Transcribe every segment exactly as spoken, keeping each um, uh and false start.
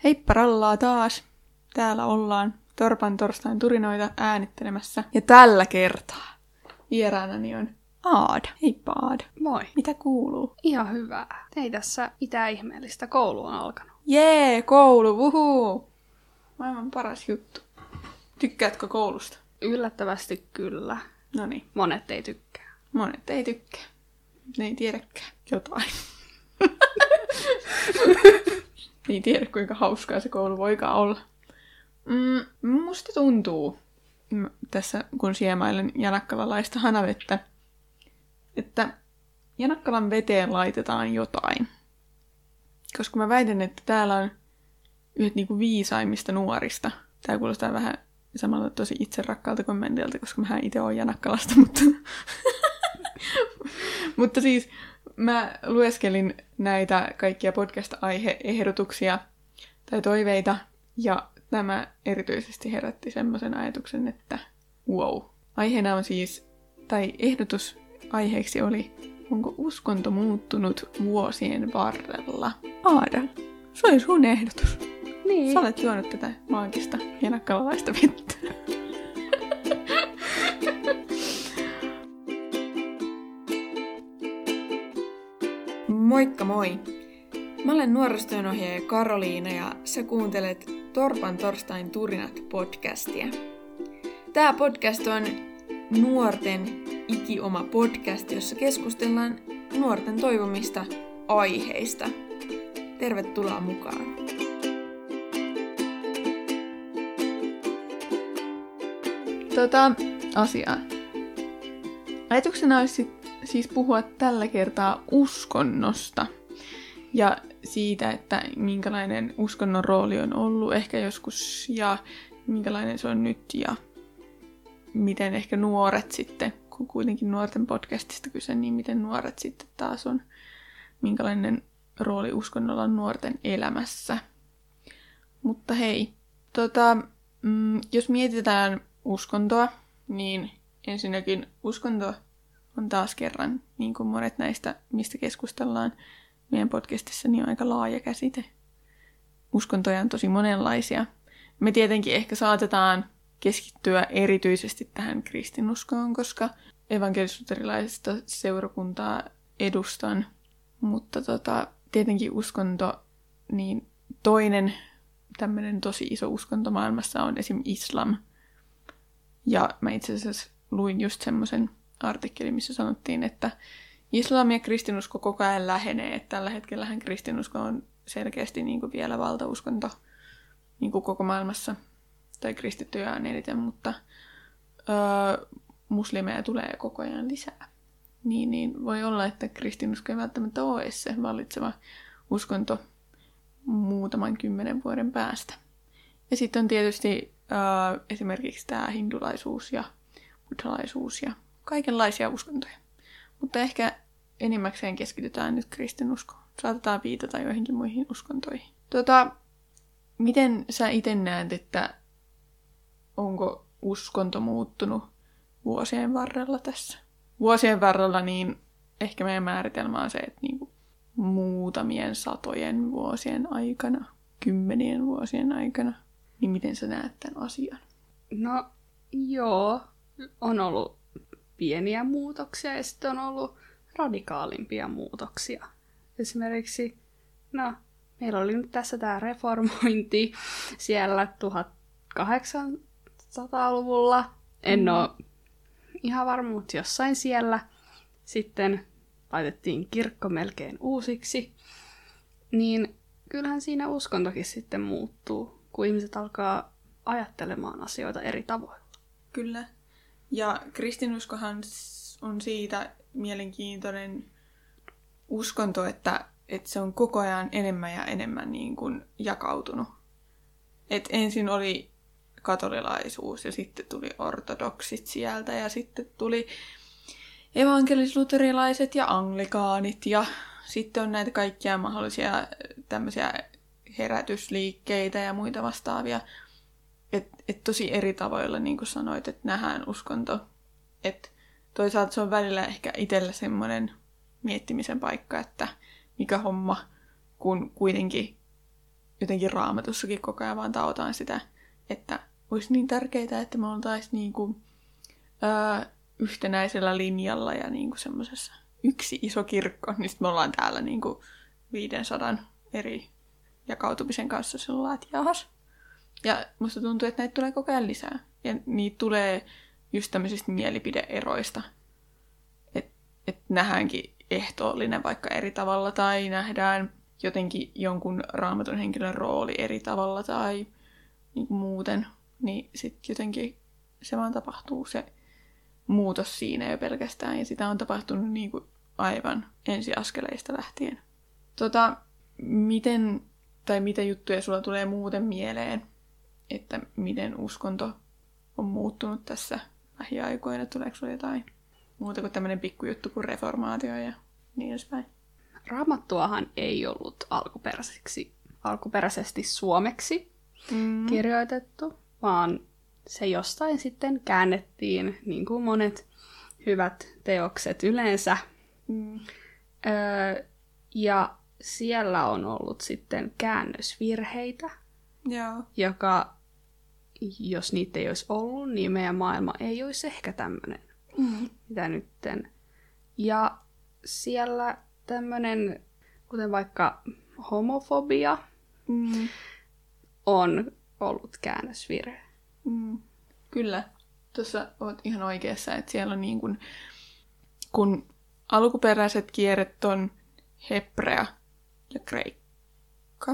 Heippa rallaa taas. Täällä ollaan Torpan torstain turinoita äänittelemässä. Ja tällä kertaa vieraanani on Aada. Heippa Aada. Moi. Mitä kuuluu? Ihan hyvää. Ei tässä mitään ihmeellistä. Koulu on alkanut. Jee, koulu, wuhuu! Maailman paras juttu. Tykkäätkö koulusta? Yllättävästi kyllä. Noniin. Monet ei tykkää. Monet ei tykkää. Ne ei tiedäkään jotain. Ei tiedä, kuinka hauskaa se koulu voikaan olla. Mm, musta tuntuu, tässä kun siemailen janakkalalaista hanavettä, että Janakkalan veteen laitetaan jotain. Koska mä väitän, että täällä on yhdet niinku viisaimmista nuorista. Tää kuulostaa vähän samalla tosi itserakkaalta kommentilta, koska mähän itse oon Janakkalasta, mutta... mutta siis mä lueskelin näitä kaikkia podcast-aihe-ehdotuksia tai toiveita, ja tämä erityisesti herätti semmoisen ajatuksen, että wow. Aiheena on siis, tai ehdotus aiheeksi oli, onko uskonto muuttunut vuosien varrella? Aada, se oli sun ehdotus. Niin. Sä olet juonut tätä maagista janakkalalaista vettä. Moikka moi! Mä olen nuorisotyönohjaaja Karoliina ja sä kuuntelet Torpan torstain turinat podcastia. Tää podcast on nuorten ikioma podcast, jossa keskustellaan nuorten toivomista aiheista. Tervetuloa mukaan! Tota, asiaa. Ajatuksena olisi siis puhua tällä kertaa uskonnosta ja siitä, että minkälainen uskonnon rooli on ollut ehkä joskus ja minkälainen se on nyt ja miten ehkä nuoret sitten, kun kuitenkin nuorten podcastista kyse, niin miten nuoret sitten taas on, minkälainen rooli uskonnolla on nuorten elämässä. Mutta hei, tota, mm, jos mietitään uskontoa, niin ensinnäkin uskonto on taas kerran, niin kuin monet näistä, mistä keskustellaan meidän podcastissa, niin on aika laaja käsite. Uskontoja on tosi monenlaisia. Me tietenkin ehkä saatetaan keskittyä erityisesti tähän kristinuskoon, koska evankelis-luterilaista seurakuntaa edustan. Mutta tota, tietenkin uskonto, niin toinen tämmöinen tosi iso uskonto maailmassa on esim. Islam. Ja mä itse asiassa luin just semmoisen artikkelin, missä sanottiin, että islam ja kristinusko koko ajan lähenee. Että tällä hetkellähän kristinusko on selkeästi niin kuin vielä valtauskonto niin kuin koko maailmassa. Tai kristittyjä on eniten, mutta öö, muslimeja tulee koko ajan lisää. Niin, niin voi olla, että kristinusko ei välttämättä ole edes se vallitseva uskonto muutaman kymmenen vuoden päästä. Ja sitten on tietysti öö, esimerkiksi tämä hindulaisuus ja buddhalaisuus ja kaikenlaisia uskontoja. Mutta ehkä enimmäkseen keskitytään nyt kristinuskoon. Saatetaan viitata joihinkin muihin uskontoihin. Tota, miten sä itse näet, että onko uskonto muuttunut vuosien varrella tässä? Vuosien varrella niin ehkä meidän määritelmä on se, että niinku muutamien satojen vuosien aikana, kymmenien vuosien aikana, niin miten sä näet tämän asian? No joo, on ollut pieniä muutoksia ja sitten on ollut radikaalimpia muutoksia. Esimerkiksi, no, meillä oli nyt tässä tämä reformointi siellä tuhatkahdeksansataaluvulla. En mm. ole ihan varma, mutta jossain siellä. Sitten laitettiin kirkko melkein uusiksi. Niin kyllähän siinä uskontokin sitten muuttuu, kun ihmiset alkaa ajattelemaan asioita eri tavoilla. Kyllä. Ja kristinuskohan on siitä mielenkiintoinen uskonto, että, että se on koko ajan enemmän ja enemmän niin kuin jakautunut. Et ensin oli katolilaisuus ja sitten tuli ortodoksit sieltä ja sitten tuli evankelis-luterilaiset ja anglikaanit ja sitten on näitä kaikkia mahdollisia tämmöisiä herätysliikkeitä ja muita vastaavia. Että et tosi eri tavoilla, niin kuin sanoit, että nähdään uskonto. Että toisaalta se on välillä ehkä itsellä semmoinen miettimisen paikka, että mikä homma, kun kuitenkin jotenkin Raamatussakin koko ajan vaan taotaan sitä, että olisi niin tärkeää, että me oltaisiin niinku, öö, yhtenäisellä linjalla ja niinku semmoisessa yksi iso kirkko, niin sitten me ollaan täällä niinku viisisataa eri jakautumisen kanssa sillä että jahas. Ja musta tuntuu, että näitä tulee koko ajan lisää. Ja niitä tulee just tämmöisistä mielipide-eroista. Että et nähdäänkin ehtoollinen vaikka eri tavalla, tai nähdään jotenkin jonkun raamatun henkilön rooli eri tavalla, tai niin muuten. Niin sitten jotenkin se vaan tapahtuu, se muutos siinä jo pelkästään. Ja sitä on tapahtunut niin kuin aivan ensiaskeleista lähtien. Tota, miten, tai mitä juttuja sulla tulee muuten mieleen, että miten uskonto on muuttunut tässä lähiaikoina? Tuleeko sulla jotain muuta kuin tämmöinen pikkujuttu kuin reformaatio ja niin edespäin? Raamattuahan ei ollut alkuperäiseksi, alkuperäisesti suomeksi mm. kirjoitettu, vaan se jostain sitten käännettiin, niin kuin monet hyvät teokset yleensä. Mm. Öö, ja siellä on ollut sitten käännösvirheitä, Joo. joka, jos niitä ei olisi ollut, niin meidän maailma ei olisi ehkä tämmöinen, mm. mitä nytten. Ja siellä tämmöinen, kuten vaikka homofobia, mm. on ollut käännösvirhe. Mm. Kyllä. Tuossa oot ihan oikeassa, että siellä on niin kuin, kun alkuperäiset kielet on hebrea ja kreikka,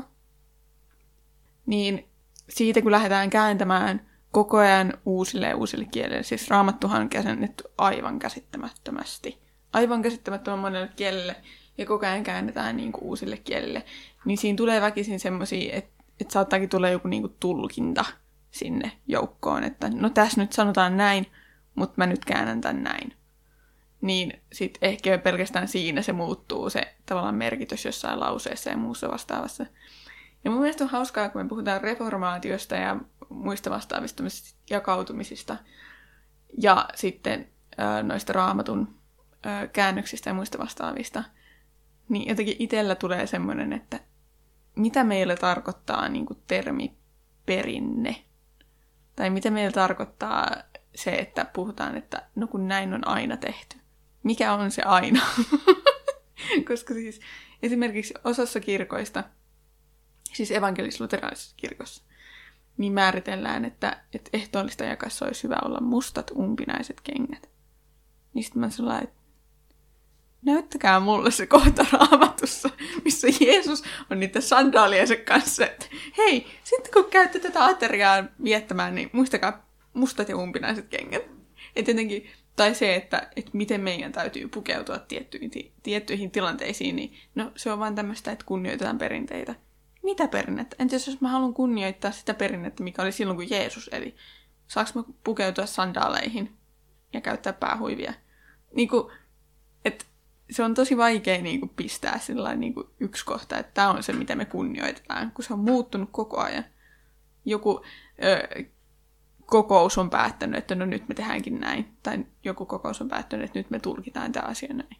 niin siitä kun lähdetään kääntämään koko ajan uusille ja uusille kielille, siis Raamattuhan on käännetty aivan käsittämättömästi, aivan käsittämättömän monelle kielelle, ja koko ajan käännetään niin kuin uusille kielille, niin siinä tulee väkisin semmosia, että, että saattaakin tulla joku niin kuin tulkinta sinne joukkoon, että no tässä nyt sanotaan näin, mutta mä nyt käännän tän näin. Niin sit ehkä pelkästään siinä se muuttuu se tavallaan merkitys jossain lauseessa ja muussa vastaavassa. Ja mun mielestä on hauskaa, kun me puhutaan reformaatiosta ja muista vastaavista jakautumisista ja sitten ää, noista Raamatun ää, käännöksistä ja muista vastaavista, niin jotenkin itsellä tulee semmoinen, että mitä meille tarkoittaa niin kuin termi perinne? Tai mitä meillä tarkoittaa se, että puhutaan, että no kun näin on aina tehty. Mikä on se aina? Koska siis esimerkiksi osassa kirkoista, siis evankelis-luterilaisessa kirkossa, niin määritellään, että, että ehtoollista jakassa olisi hyvä olla mustat umpinaiset kengät. Niin sitten mä sellainen, että näyttäkää mulle se kohta Raamatussa, missä Jeesus on niiden sandaaliensa kanssa, että hei, sitten kun käytte tätä ateriaa viettämään, niin muistakaa mustat ja umpinaiset kengät. Et jotenkin, tai se, että, että miten meidän täytyy pukeutua tiettyihin, tiettyihin tilanteisiin, niin no, se on vaan tämmöistä, että kunnioitetaan perinteitä. Mitä perinnettä? Entäs jos mä haluan kunnioittaa sitä perinnettä, mikä oli silloin, kun Jeesus eli? Saanko mä pukeutua sandaaleihin ja käyttää päähuivia? Niin kuin, että se on tosi vaikea niin kuin pistää sillain, niin kuin yksi kohta, että tämä on se, mitä me kunnioitetaan, kun se on muuttunut koko ajan. Joku ö, kokous on päättänyt, että no nyt me tehdäänkin näin. Tai joku kokous on päättänyt, että nyt me tulkitaan tämä asia näin.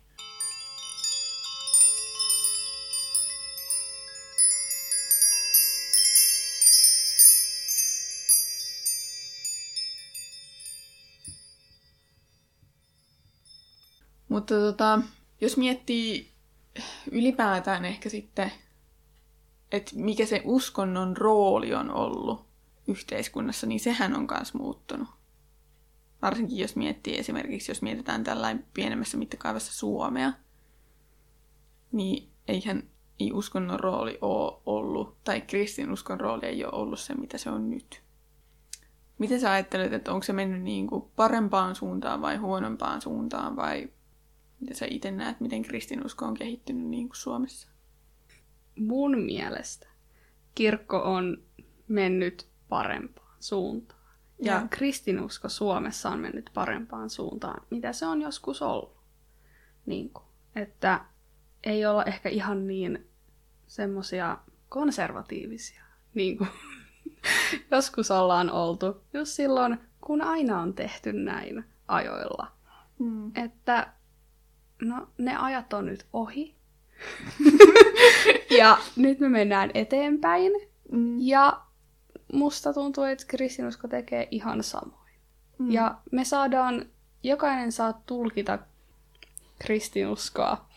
Mutta tota, jos miettii ylipäätään ehkä sitten, että mikä se uskonnon rooli on ollut yhteiskunnassa, niin sehän on myös muuttunut. Varsinkin jos miettii esimerkiksi, jos mietitään tällainen pienemmässä mittakaavassa Suomea, niin eihän ei uskonnon rooli ole ollut, tai kristinuskon rooli ei ole ollut se, mitä se on nyt. Miten sä ajattelet, että onko se mennyt niin kuin parempaan suuntaan vai huonompaan suuntaan, vai mitä sä itse näet, miten kristinusko on kehittynyt niin kuin Suomessa? Mun mielestä kirkko on mennyt parempaan suuntaan. Ja, ja kristinusko Suomessa on mennyt parempaan suuntaan, mitä se on joskus ollut. Niin kuin, että ei olla ehkä ihan niin semmoisia konservatiivisia, niin kuin joskus ollaan oltu. Just silloin, kun aina on tehty näin ajoilla. Mm. Että no, ne ajat on nyt ohi. Ja nyt me mennään eteenpäin. Mm. Ja musta tuntuu, että kristinusko tekee ihan samoin. Mm. Ja me saadaan, jokainen saa tulkita kristinuskoa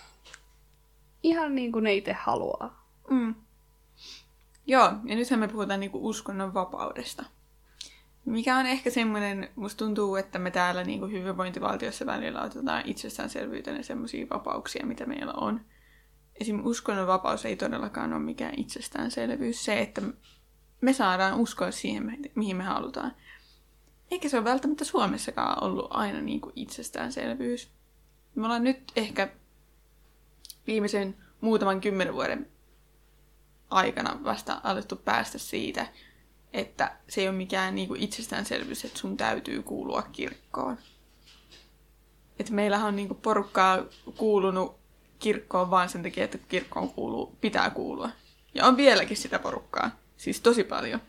ihan niin kuin ne itse haluaa. Mm. Joo, ja nythän me puhutaan niinku uskonnon vapaudesta. Mikä on ehkä semmoinen, musta tuntuu, että me täällä niinku hyvinvointivaltiossa välillä otetaan itsestäänselvyytenä semmoisia vapauksia, mitä meillä on. Esimerkiksi uskonnon vapaus ei todellakaan ole mikään itsestäänselvyys. Se, että me saadaan uskoa siihen, mihin me halutaan. Eikä se ole välttämättä Suomessakaan ollut aina niinku itsestäänselvyys. Me ollaan nyt ehkä viimeisen muutaman kymmenen vuoden aikana vasta alettu päästä siitä, että se ei ole mikään niinku itsestäänselvyys, että sun täytyy kuulua kirkkoon. Et meillähän on niinku porukkaa kuulunut kirkkoon vaan sen takia, että kirkkoon kuuluu, pitää kuulua. Ja on vieläkin sitä porukkaa. Siis tosi paljon.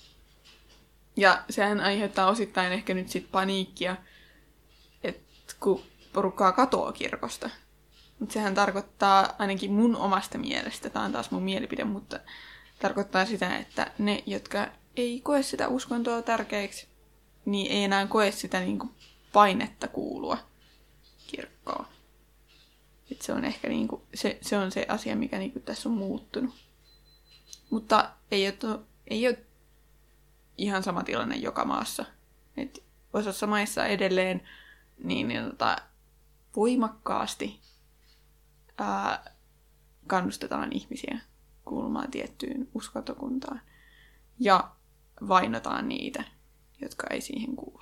Ja sehän aiheuttaa osittain ehkä nyt sit paniikkia, että kun porukkaa katoaa kirkosta. Mutta sehän tarkoittaa ainakin mun omasta mielestä, tämä on taas mun mielipide, mutta tarkoittaa sitä, että ne, jotka ei koe sitä uskontoa tärkeäksi, niin ei enää koe sitä niinku painetta kuulua kirkkoon. Et se on ehkä niinku, se, se on se asia, mikä niinku tässä on muuttunut. Mutta ei ole, ei ole ihan sama tilanne joka maassa. Et osassa maissa edelleen niin, niin tota, voimakkaasti ää, kannustetaan ihmisiä kuulumaan tiettyyn uskontokuntaan. Ja vainotaan niitä, jotka ei siihen kuulu.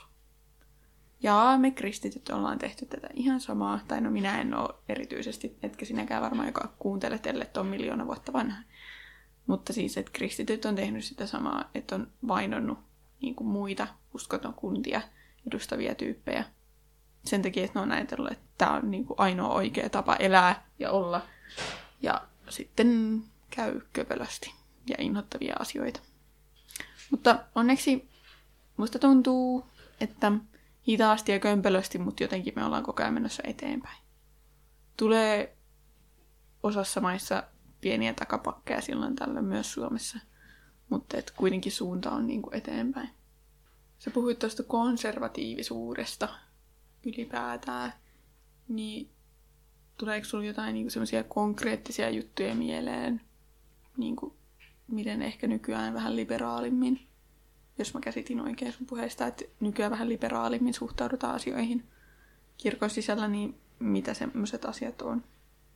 Ja me kristityt ollaan tehty tätä ihan samaa. Tai no minä en ole erityisesti, etkä sinäkään varmaan, joka kuuntelet, ellei on miljoona vuotta vanha. Mutta siis, että kristityt on tehnyt sitä samaa, että on vainonnut niin kuin muita uskontokuntia edustavia tyyppejä. Sen takia, että ne on ajatellut, että tämä on niin kuin ainoa oikea tapa elää ja olla. Ja sitten käy köpelösti ja inhottavia asioita. Mutta onneksi musta tuntuu, että hitaasti ja kömpelösti, mutta jotenkin me ollaan koko ajan menossa eteenpäin. Tulee osassa maissa pieniä takapakkeja silloin tällöin myös Suomessa, mutta et kuitenkin suunta on niinku eteenpäin. Sä puhuit tuosta konservatiivisuudesta ylipäätään, niin tuleeko sulla jotain niinku semmoisia konkreettisia juttuja mieleen, niinku, miten ehkä nykyään vähän liberaalimmin, jos mä käsitin oikein sun puheesta, että nykyään vähän liberaalimmin suhtaudutaan asioihin kirkon sisällä, niin mitä semmoiset asiat on?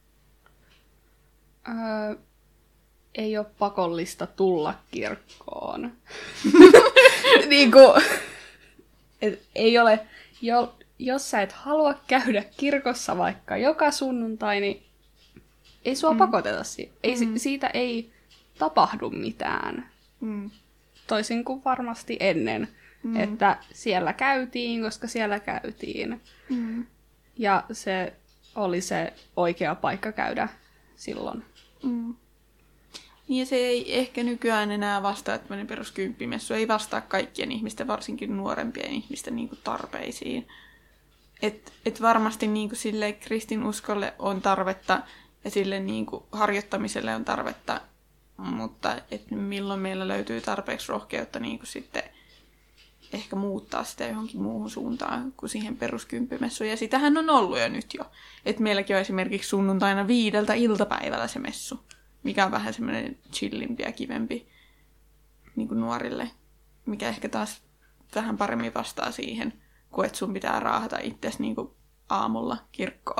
Öö, ei ole pakollista tulla kirkkoon. niin kuin, et ei ole, jo, jos sä et halua käydä kirkossa vaikka joka sunnuntai, niin ei sua mm. pakoteta siihen. Ei, mm. Siitä ei tapahdu mitään. Mm. Toisin kuin varmasti ennen, mm. että siellä käytiin, koska siellä käytiin. Mm. Ja se oli se oikea paikka käydä silloin. Mm. Niin ja se ei ehkä nykyään enää vastaa, että tämmöinen peruskympimessu ei vastaa kaikkien ihmisten, varsinkin nuorempien ihmisten niin kuin tarpeisiin. Että et varmasti niin kuin sille kristinuskolle on tarvetta ja sille niin kuin harjoittamiselle on tarvetta, mutta et milloin meillä löytyy tarpeeksi rohkeutta niin kuin sitten ehkä muuttaa sitä johonkin muuhun suuntaan kuin siihen peruskympimessuun. Ja sitähän on ollut jo nyt jo. Että meilläkin on esimerkiksi sunnuntaina viideltä iltapäivällä se messu, mikä on vähän semmoinen chillimpi ja kivempi niin kuin nuorille, mikä ehkä taas vähän paremmin vastaa siihen, kuin että sun pitää raahata itsesi niin kuin aamulla kirkkoon.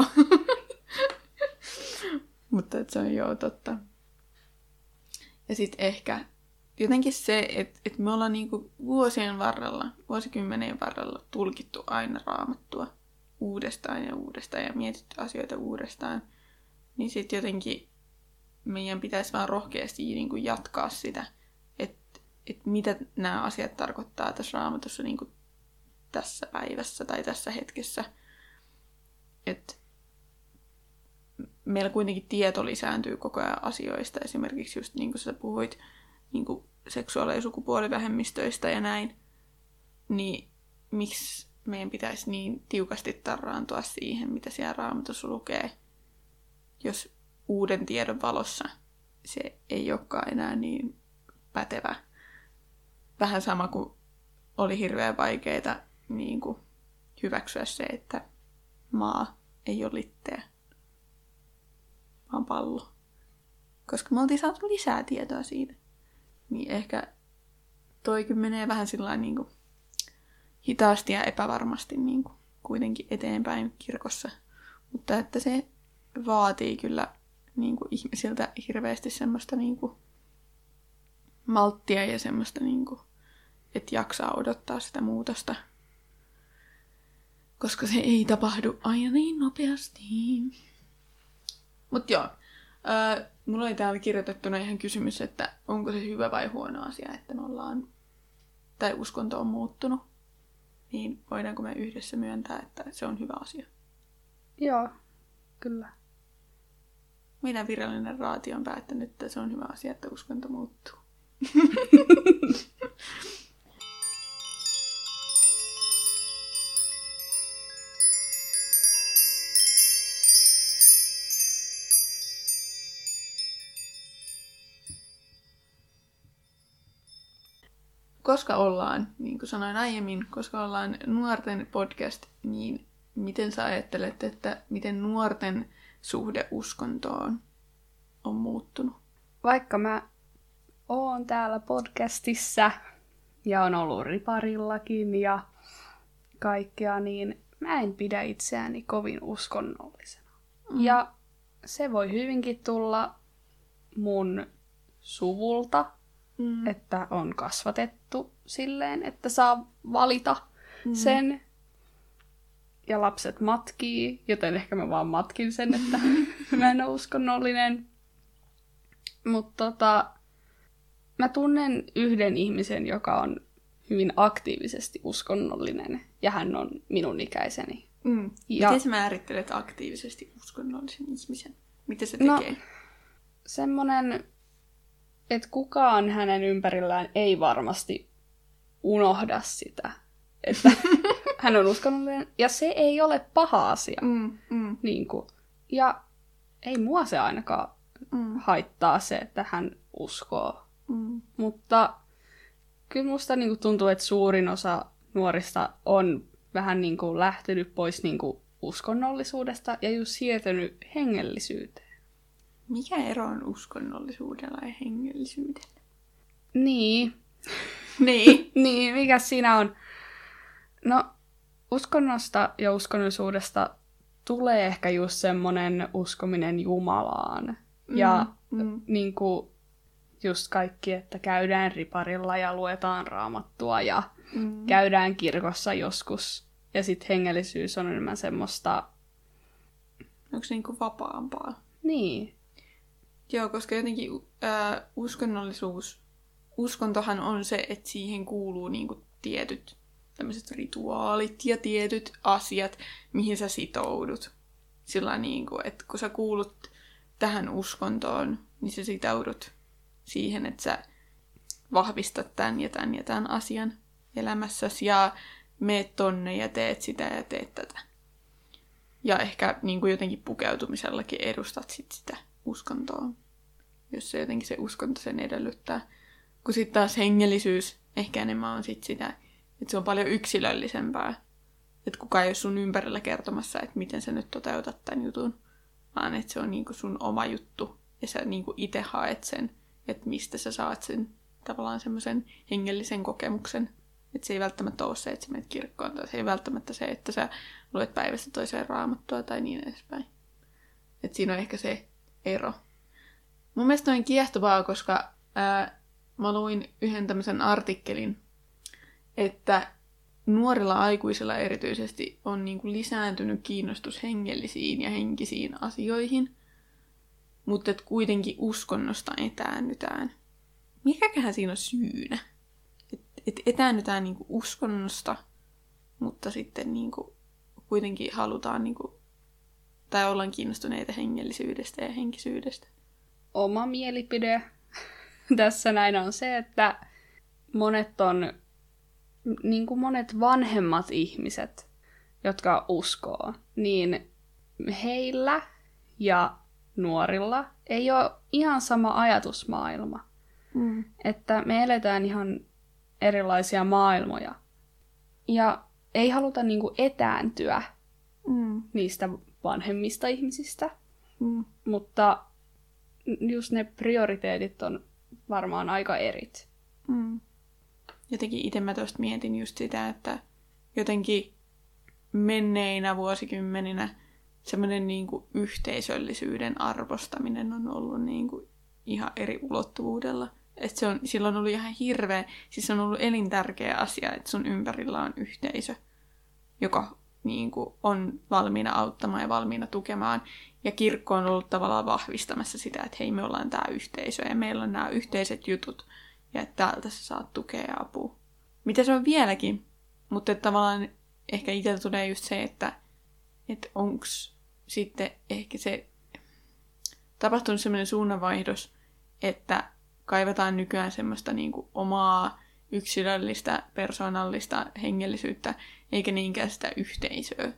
Mutta se on joo totta. Ja sitten ehkä jotenkin se, että, että me ollaan niinku vuosien varrella, vuosikymmenien varrella tulkittu aina Raamattua uudestaan ja uudestaan ja mietitty asioita uudestaan, niin sitten jotenkin meidän pitäisi vaan rohkeasti niinku jatkaa sitä, että, että mitä nämä asiat tarkoittaa tässä Raamatussa niinku tässä päivässä tai tässä hetkessä. Että meillä kuitenkin tieto lisääntyy koko ajan asioista, esimerkiksi just niin kuin sä puhuit, niin kuin seksuaali- ja sukupuolivähemmistöistä ja näin, niin miksi meidän pitäisi niin tiukasti tarraantua siihen, mitä siellä Raamatussa lukee, jos uuden tiedon valossa se ei olekaan enää niin pätevä. Vähän sama kuin oli hirveän vaikeaa niin kuin hyväksyä se, että maa ei ole litteä, vaan pallo. Koska me oltiin saatu lisää tietoa siitä. Niin ehkä toikin menee vähän sillä niin kuin hitaasti ja epävarmasti niin kuin kuitenkin eteenpäin kirkossa. Mutta että se vaatii kyllä niin kuin ihmisiltä hirveästi semmoista niin kuin malttia ja semmoista, niin kuin, että jaksaa odottaa sitä muutosta. Koska se ei tapahdu aina niin nopeasti. Mut joo, ää, mulla oli täällä kirjoitettuna ihan kysymys, että onko se hyvä vai huono asia, että me ollaan, tai uskonto on muuttunut. Niin voidaanko me yhdessä myöntää, että se on hyvä asia? Joo, kyllä. Meidän virallinen raati on päättänyt, että se on hyvä asia, että uskonto muuttuu. Koska ollaan, niin kuin sanoin aiemmin, koska ollaan nuorten podcast, niin miten sä ajattelet, että miten nuorten suhde uskontoon on muuttunut? Vaikka mä oon täällä podcastissa ja on ollut riparillakin ja kaikkea, niin mä en pidä itseäni kovin uskonnollisena. Mm. Ja se voi hyvinkin tulla mun suvulta, mm. että on kasvatettu silleen, että saa valita mm. sen. Ja lapset matkii, joten ehkä mä vaan matkin sen, että mä en ole uskonnollinen. Mutta tota, mä tunnen yhden ihmisen, joka on hyvin aktiivisesti uskonnollinen, ja hän on minun ikäiseni. Mm. Ja miten sä määrittelet aktiivisesti uskonnollisen ihmisen? Mitä se tekee? No, semmonen, että kukaan hänen ympärillään ei varmasti unohda sitä, että hän on uskonnollinen, ja se ei ole paha asia. Mm, mm. Niin kuin, ja ei mua se ainakaan mm. haittaa se, että hän uskoo. Mm. Mutta kyllä musta niin kuin tuntuu, että suurin osa nuorista on vähän niin kuin lähtenyt pois niin kuin uskonnollisuudesta ja just siirtynyt hengellisyyteen. Mikä ero on uskonnollisuudella ja hengellisyydellä? Niin. Niin. Niin, mikä siinä on? No, uskonnosta ja uskonnollisuudesta tulee ehkä just semmoinen uskominen Jumalaan. Mm, ja mm. niin kuin just kaikki, että käydään riparilla ja luetaan raamattua ja mm. käydään kirkossa joskus. Ja sitten hengellisyys on enemmän semmoista... Onko se niinku vapaampaa? Niin. Joo, koska jotenkin äh, uskonnollisuus, uskontohan on se, että siihen kuuluu niinku tietyt tämmöiset rituaalit ja tietyt asiat, mihin sä sitoudut. Sillä niinku, että kun sä kuulut tähän uskontoon, niin sä sitoudut siihen, että sä vahvistat tämän ja tämän ja tämän asian elämässäsi ja meet tonne ja teet sitä ja teet tätä. Ja ehkä niin kuin jotenkin pukeutumisellakin edustat sit sitä uskontoa, jos se jotenkin se uskonto sen edellyttää. Kun sitten taas hengellisyys ehkä enemmän on sit sitä, että se on paljon yksilöllisempää. Että kukaan ei ole sun ympärillä kertomassa, että miten sä nyt toteutat tämän jutun, vaan että se on niin kuin sun oma juttu ja sä niin kuin itse haet sen, että mistä sä saat sen tavallaan semmoisen hengellisen kokemuksen. Että se ei välttämättä ole se, että sä menet kirkkoon, tai se ei välttämättä se, että sä luet päivästä toiseen raamattua tai niin edespäin. Että siinä on ehkä se ero. Mun mielestä on kiehtovaa, koska ää, mä luin yhden tämmöisen artikkelin, että nuorilla aikuisilla erityisesti on niinku lisääntynyt kiinnostus hengellisiin ja henkisiin asioihin, mutta et kuitenkin uskonnosta etäännytään. Mikäköhän siinä on syynä? Et, et etäännytään niinku uskonnosta, mutta sitten niinku kuitenkin halutaan, niinku, tai ollaan kiinnostuneita hengellisyydestä ja henkisyydestä. Oma mielipide tässä näin on se, että monet on, niin kuin monet vanhemmat ihmiset, jotka uskoo, niin heillä ja nuorilla ei ole ihan sama ajatusmaailma. Mm. Että me eletään ihan erilaisia maailmoja. Ja ei haluta niinku etääntyä mm. niistä vanhemmista ihmisistä. Mm. Mutta just ne prioriteetit on varmaan aika erit. Mm. Jotenkin itse mä tuosta mietin just sitä, että jotenkin menneinä vuosikymmeninä semmoinen niinku yhteisöllisyyden arvostaminen on ollut niinku ihan eri ulottuvuudella. Että se on, silloin on ollut ihan hirveä, siis se on ollut elintärkeä asia, että sun ympärillä on yhteisö, joka niinku on valmiina auttamaan ja valmiina tukemaan. Ja kirkko on ollut tavallaan vahvistamassa sitä, että hei, me ollaan tää yhteisö ja meillä on nämä yhteiset jutut ja että täältä sä saat tukea ja apua. Mitä se on vieläkin, mutta tavallaan ehkä itsellä tulee just se, että, että onks sitten ehkä se tapahtunut semmoinen suunnanvaihdos, että kaivataan nykyään semmoista niinku omaa yksilöllistä, persoonallista hengellisyyttä, eikä niinkään sitä yhteisöä.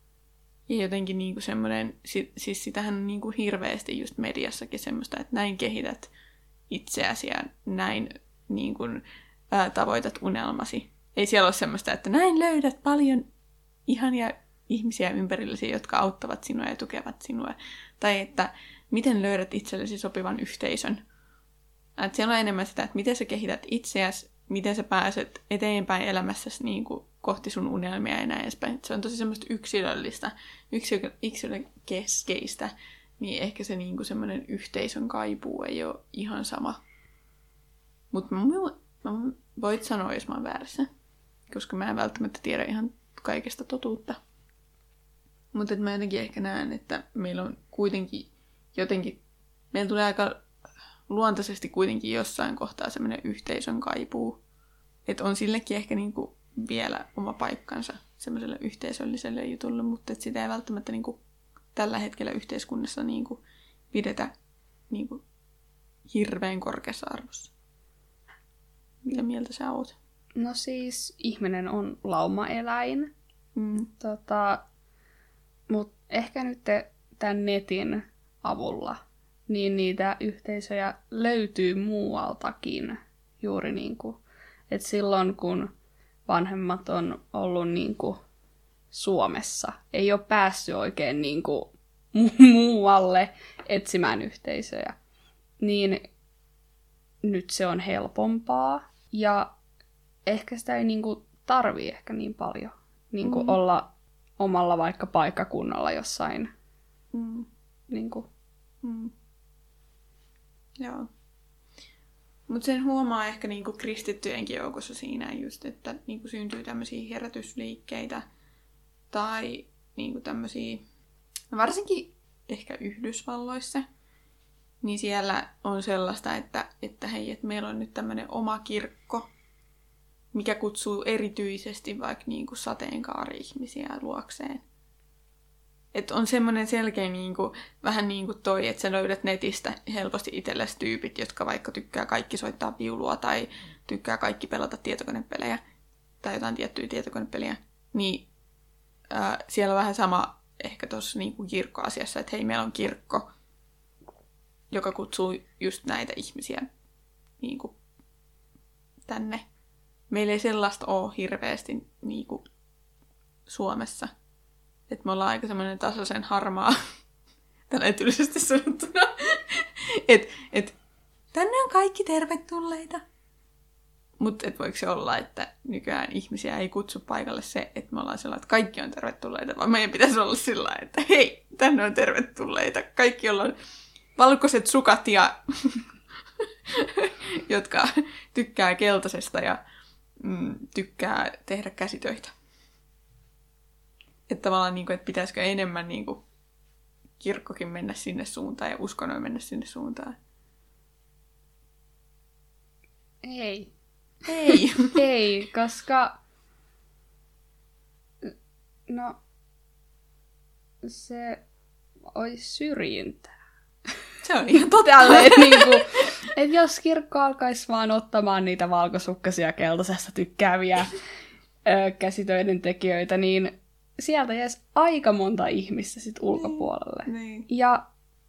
Ja jotenkin niinku semmoinen, siis sitähän on niinku hirveästi just mediassakin semmoista, että näin kehität itseäsi ja näin niinku, ää, tavoitat unelmasi. Ei siellä ole semmoista, että näin löydät paljon ihania ihmisiä ympärillesi, jotka auttavat sinua ja tukevat sinua. Tai että miten löydät itsellesi sopivan yhteisön. Että siellä on enemmän sitä, että miten sä kehität itseäsi, miten sä pääset eteenpäin elämässäsi niin kuin kohti sun unelmia ja näin edespäin. Se on tosi semmoista yksilöllistä, yksilö, yksilökeskeistä, niin ehkä se niin kuin semmoinen yhteisön kaipuu ei ole ihan sama. Mutta mä, mä voit sanoa, jos mä oon väärässä, koska mä en välttämättä tiedä ihan kaikesta totuutta. Mutta mä jotenkin ehkä näen, että meillä on kuitenkin jotenkin, meillä tulee aika luontaisesti kuitenkin jossain kohtaa semmoinen yhteisön kaipuu. Että on sillekin ehkä niinku vielä oma paikkansa semmoiselle yhteisölliselle jutulle, mutta et sitä ei välttämättä niinku tällä hetkellä yhteiskunnassa niinku pidetä niinku hirveän korkeassa arvossa. Mitä mieltä sä oot? No siis ihminen on laumaeläin. Mm. Tota, mutta ehkä nyt tämän netin avulla niin niitä yhteisöjä löytyy muualtakin. Juuri niin kuin, että silloin kun vanhemmat on ollut niin kuin Suomessa, ei ole päässyt oikein niin kuin muualle etsimään yhteisöjä, niin nyt se on helpompaa. Ja ehkä sitä ei niin kuin tarvii ehkä niin paljon niin kuin mm. olla omalla vaikka paikkakunnalla jossain. Mm. Niin kuin. Mm. Joo. Mutta sen huomaa ehkä niinku kristittyjenkin joukossa siinä just, että niinku syntyy tämmöisiä herätysliikkeitä tai niinku tämmöisiä, varsinkin ehkä Yhdysvalloissa, niin siellä on sellaista, että, että hei, että meillä on nyt tämmöinen oma kirkko, mikä kutsuu erityisesti vaikka niinku sateenkaari-ihmisiä luokseen. Että on semmoinen selkeä niinku, vähän niin kuin toi, että sä löydät netistä helposti itsellesi tyypit, jotka vaikka tykkää kaikki soittaa viulua tai tykkää kaikki pelata tietokonepelejä tai jotain tiettyjä tietokonepeliä. Niin ää, siellä on vähän sama ehkä tuossa niinku kirkkoasiassa, että hei, meillä on kirkko, joka kutsuu just näitä ihmisiä niinku tänne. Meillä ei sellaista ole hirveästi niinku Suomessa. Että me ollaan aika semmoinen tasaisen harmaa, tällä tyylisesti sanottuna, että et, tänne on kaikki tervetulleita. Mutta et voiko se olla, että nykyään ihmisiä ei kutsu paikalle se, että me ollaan sellainen, että kaikki on tervetulleita, vaan meidän pitäisi olla sillä että hei, tänne on tervetulleita. Kaikki, joilla on valkoiset sukat ja jotka tykkää keltaisesta ja mm, tykkää tehdä käsitöitä. Että tavallaan, niin kuin, että pitäisikö enemmän niin kuin, kirkkokin mennä sinne suuntaan ja uskonnon mennä sinne suuntaan. Ei. Ei. Ei, koska no se olisi syrjintää. Se on ihan totta. Tälleen, niin kuin, että jos kirkko alkaisi vaan ottamaan niitä valkosukkaisia keltaisesta tykkääviä ö, käsitöiden tekijöitä, niin sieltä jäisi aika monta ihmistä sit ulkopuolelle. Niin. Ja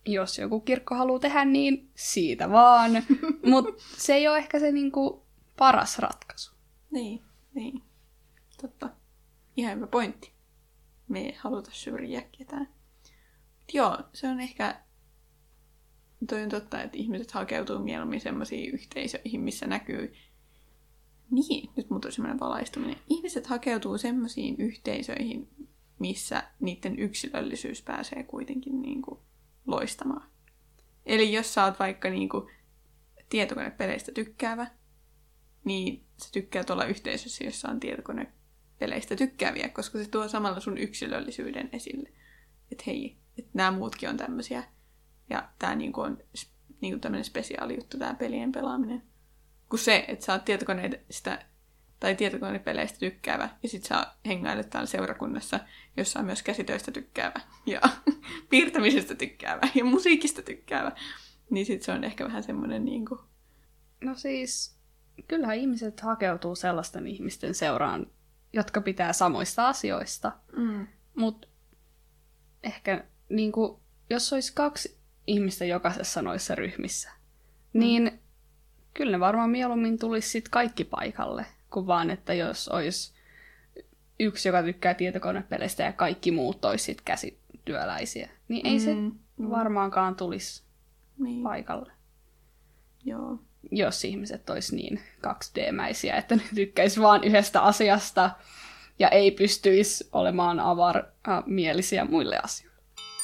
jos joku kirkko haluaa tehdä, niin siitä vaan. Mutta se ei ole ehkä se niinku paras ratkaisu. Niin, niin. Totta. Ihan hyvä pointti. Me ei haluta syrjiä ketään. Joo, se on ehkä... Toi on totta, että ihmiset hakeutuu mieluummin sellaisiin yhteisöihin, missä näkyy... Niin, nyt mulla tuli semmoinen valaistuminen. Ihmiset hakeutuu sellaisiin yhteisöihin, missä niiden yksilöllisyys pääsee kuitenkin niin kuin loistamaan. Eli jos sä oot vaikka niin kuin tietokonepeleistä tykkäävä, niin sä tykkäät olla yhteisössä, jossa on tietokonepeleistä tykkääviä, koska se tuo samalla sun yksilöllisyyden esille. Että hei, että nämä muutkin on tämmöisiä. Ja tää niin kuin on niin kuin tämmöinen spesiaali juttu, tää pelien pelaaminen. Kuin se, että sä oot tietokoneista tai tietokonepeleistä tykkäävä, ja sit sä hengailet täällä seurakunnassa, jossa on myös käsitöistä tykkäävä, ja piirtämisestä tykkäävä, ja musiikista tykkäävä. Niin sit se on ehkä vähän semmoinen niinku... No siis, kyllähän ihmiset hakeutuu sellaisten ihmisten seuraan, jotka pitää samoista asioista. Mm. Mut ehkä niinku, jos olisi kaksi ihmistä jokaisessa noissa ryhmissä, mm. niin kyllä ne varmaan mieluummin tulisi sit kaikki paikalle, kuin vaan, että jos olisi yksi, joka tykkää tietokonepeleistä ja kaikki muut olisi sit käsityöläisiä, niin ei mm, se mm. varmaankaan tulisi niin paikalle. Joo. Jos ihmiset olisi niin kaksi D-mäisiä, että ne tykkäisi vaan yhdestä asiasta ja ei pystyisi olemaan avaramielisiä muille asioille.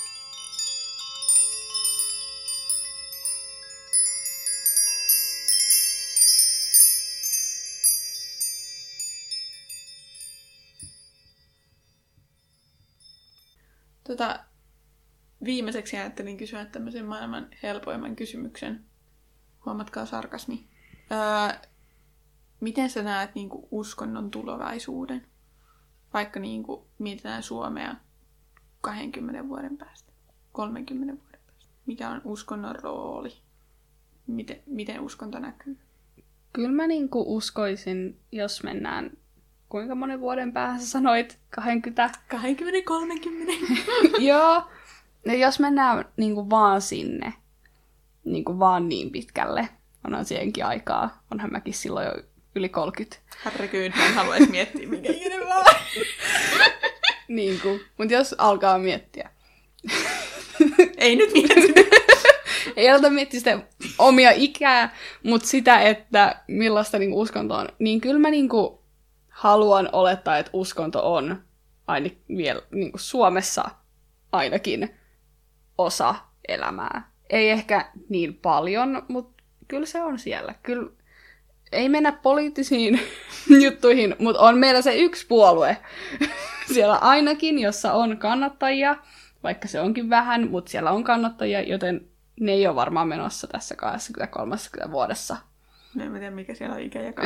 Tota, viimeiseksi ajattelin kysyä tämmöisen maailman helpoimman kysymyksen. Huomatkaa sarkasmi. Öö, miten sä näet niinku uskonnon tulevaisuuden? Vaikka niinku mietitään Suomea kaksikymmentä vuoden päästä, kolmekymmentä vuoden päästä. Mikä on uskonnon rooli? Miten, miten uskonto näkyy? Kyllä mä niinku uskoisin, jos mennään... Kuinka monen vuoden päähän sä sanoit? kaksikymmentä? kaksikymmentä kolmekymmentä. Joo. Ja jos mennään niinku vaan sinne, niinku vaan niin pitkälle, onhan siihenkin aikaa. Onhan mäkin silloin jo yli kolmekymmentä. Herregud, mä en haluaisi miettiä, minkä ikinä vaan. Niinku, mut jos alkaa miettiä. Ei nyt miettiä. Ei aleta miettiä sitä omia ikää, mutta sitä, että millaista niinku uskonto on. Niin kyllä mä niinku... haluan olettaa, että uskonto on aina vielä niin kuin Suomessa ainakin osa elämää. Ei ehkä niin paljon, mutta kyllä se on siellä. Kyllä ei mennä poliittisiin juttuihin, mutta on meillä se yksi puolue siellä ainakin, jossa on kannattajia, vaikka se onkin vähän, mutta siellä on kannattajia, joten ne ei ole varmaan menossa tässä kaksikymmentä kolmekymmentä vuodessa. No en tiedä, mikä siellä on ikä ja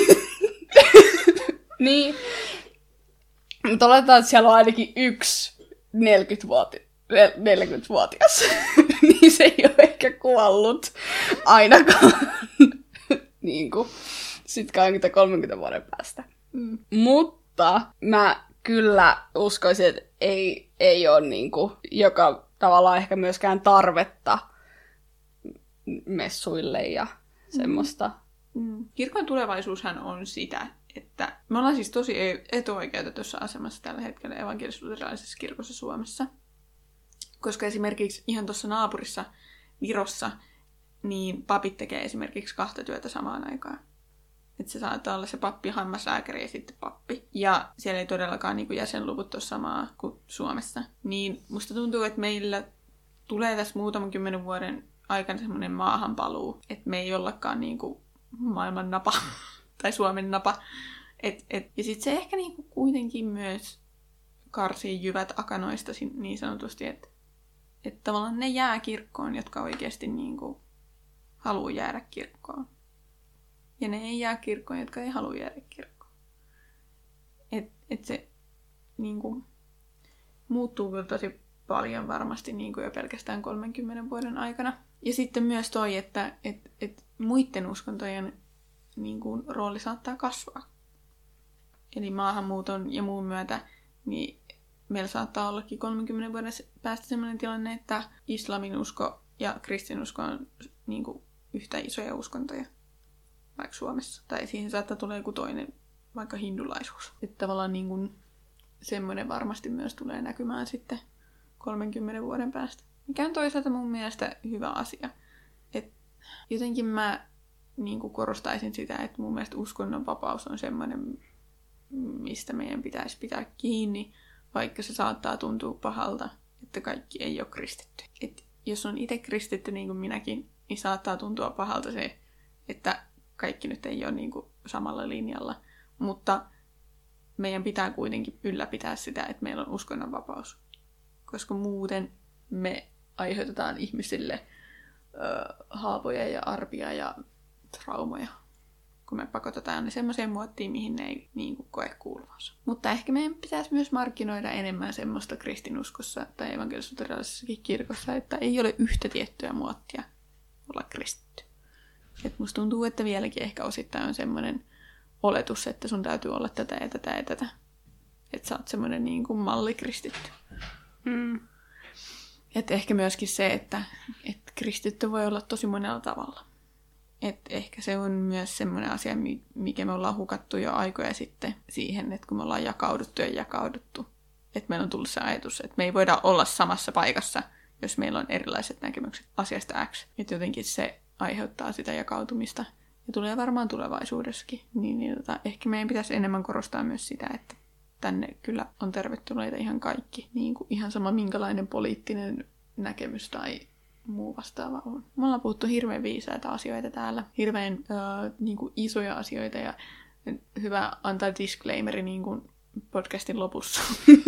Niin. Mutta oletetaan, että siellä on ainakin yksi neljäkymmentävuotias. Niin se ei ole ehkä kuollut ainakaan. niin kuin sitten kaksikymmentä kolmekymmentä vuoden päästä. Mm. Mutta mä kyllä uskoisin, että ei, ei ole niin kuin, joka tavallaan ehkä myöskään tarvetta messuille ja semmoista. Mm. Kirkon tulevaisuushan on sitä, että me ollaan siis tosi etuoikeutetussa asemassa tällä hetkellä evankelis-luterilaisessa kirkossa Suomessa. Koska esimerkiksi ihan tuossa naapurissa Virossa, niin papit tekee esimerkiksi kahta työtä samaan aikaan. Että se saattaa olla se pappi, hammaslääkäri ja sitten pappi. Ja siellä ei todellakaan niin kuin jäsenluvut ole samaa kuin Suomessa. Niin musta tuntuu, että meillä tulee tässä muutaman kymmenen vuoden aikana semmoinen maahanpaluu, että me ei ollakaan niin kuin maailman napa tai Suomen napa. Et, et, ja sitten se ehkä niinku kuitenkin myös karsii jyvät akanoista niin sanotusti, että et tavallaan ne jää kirkkoon, jotka oikeasti niinku haluaa jäädä kirkkoon. Ja ne ei jää kirkkoon, jotka ei halua jäädä kirkkoon. Et, et se niinku muuttuu kyllä tosi paljon varmasti niinku jo pelkästään kolmenkymmenen vuoden aikana. Ja sitten myös toi, että et, et muiden uskontojen niin kuin, rooli saattaa kasvaa. Eli maahanmuuton ja muun myötä niin meillä saattaa ollakin kolmenkymmenen vuoden päästä sellainen tilanne, että islamin usko ja kristinusko on niin kuin yhtä isoja uskontoja, vaikka Suomessa. Tai siihen saattaa tulla joku toinen, vaikka hindulaisuus. Että tavallaan niin kuin semmoinen varmasti myös tulee näkymään sitten kolmenkymmenen vuoden päästä. Mikä on toisaalta mun mielestä hyvä asia. Et jotenkin mä niin kuin korostaisin sitä, että mun mielestä uskonnonvapaus on semmoinen, mistä meidän pitäisi pitää kiinni, vaikka se saattaa tuntua pahalta, että kaikki ei ole kristitty. Et jos on itse kristitty niin kuin minäkin, niin saattaa tuntua pahalta se, että kaikki nyt ei ole niin kuin samalla linjalla. Mutta meidän pitää kuitenkin ylläpitää sitä, että meillä on uskonnonvapaus. Koska muuten me aiheutetaan ihmisille ö, haavoja ja arpia ja traumoja, kun me pakotetaan ne semmoiseen muottiin, mihin ne ei niin kuin koe kuuluvansa. Mutta ehkä meidän pitäisi myös markkinoida enemmän semmoista kristinuskossa tai evankelis-luterilaisessakin kirkossa, että ei ole yhtä tiettyä muottia olla kristitty. Et musta tuntuu, että vieläkin ehkä osittain on semmoinen oletus, että sun täytyy olla tätä ja tätä ja tätä. Että sä oot semmoinen niin kuin mallikristitty. Mm. Että ehkä myöskin se, että, että kristitty voi olla tosi monella tavalla. Että ehkä se on myös semmoinen asia, mikä me ollaan hukattu jo aikoja sitten siihen, että kun me ollaan jakauduttu ja jakauduttu. Että meillä on tullut se ajatus, että me ei voida olla samassa paikassa, jos meillä on erilaiset näkemykset asiasta X. Että jotenkin se aiheuttaa sitä jakautumista. Ja tulee varmaan tulevaisuudessakin. Niin, niin tota, ehkä meidän pitäisi enemmän korostaa myös sitä, että tänne kyllä on tervetulleita ihan kaikki. Niin kuin ihan sama minkälainen poliittinen näkemys tai muu vastaava on. Me ollaan puhuttu hirveän viisaita asioita täällä. Hirveän äh, niin kuin isoja asioita ja hyvä antaa disclaimeri niin kuin podcastin lopussa.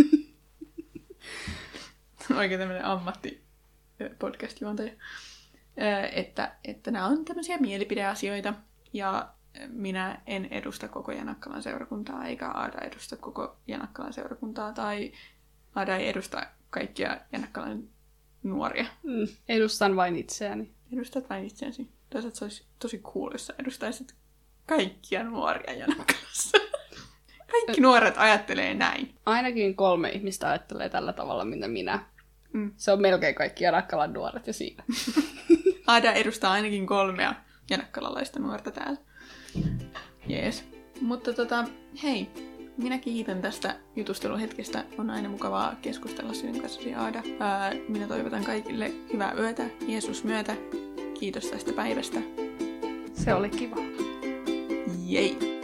Oikein tämmöinen ammatti podcast-juontaja. Äh, että, että nämä on tämmöisiä mielipideasioita ja minä en edusta koko Janakkalan seurakuntaa, eikä Aada edusta koko Janakkalan seurakuntaa, tai Aada ei edusta kaikkia Janakkalan nuoria. Mm, edustan vain itseäni. Edustat vain itseäsi. Toisaalta se olisi tosi cool, jos sä edustaisit kaikkia nuoria Janakkalassa. Kaikki nuoret ajattelee näin. Ainakin kolme ihmistä ajattelee tällä tavalla, mitä minä. Mm. Se on melkein kaikki Janakkalan nuoret jo siinä. Aada edustaa ainakin kolmea janakkalalaista nuorta täällä. Jees. Mutta tota, hei, minä kiitän tästä jutusteluhetkestä. On aina mukavaa keskustella sinun kanssasi, Aada. Ää, minä toivotan kaikille hyvää yötä, Jeesus myötä. Kiitos tästä päivästä. Se oli kiva. Jei!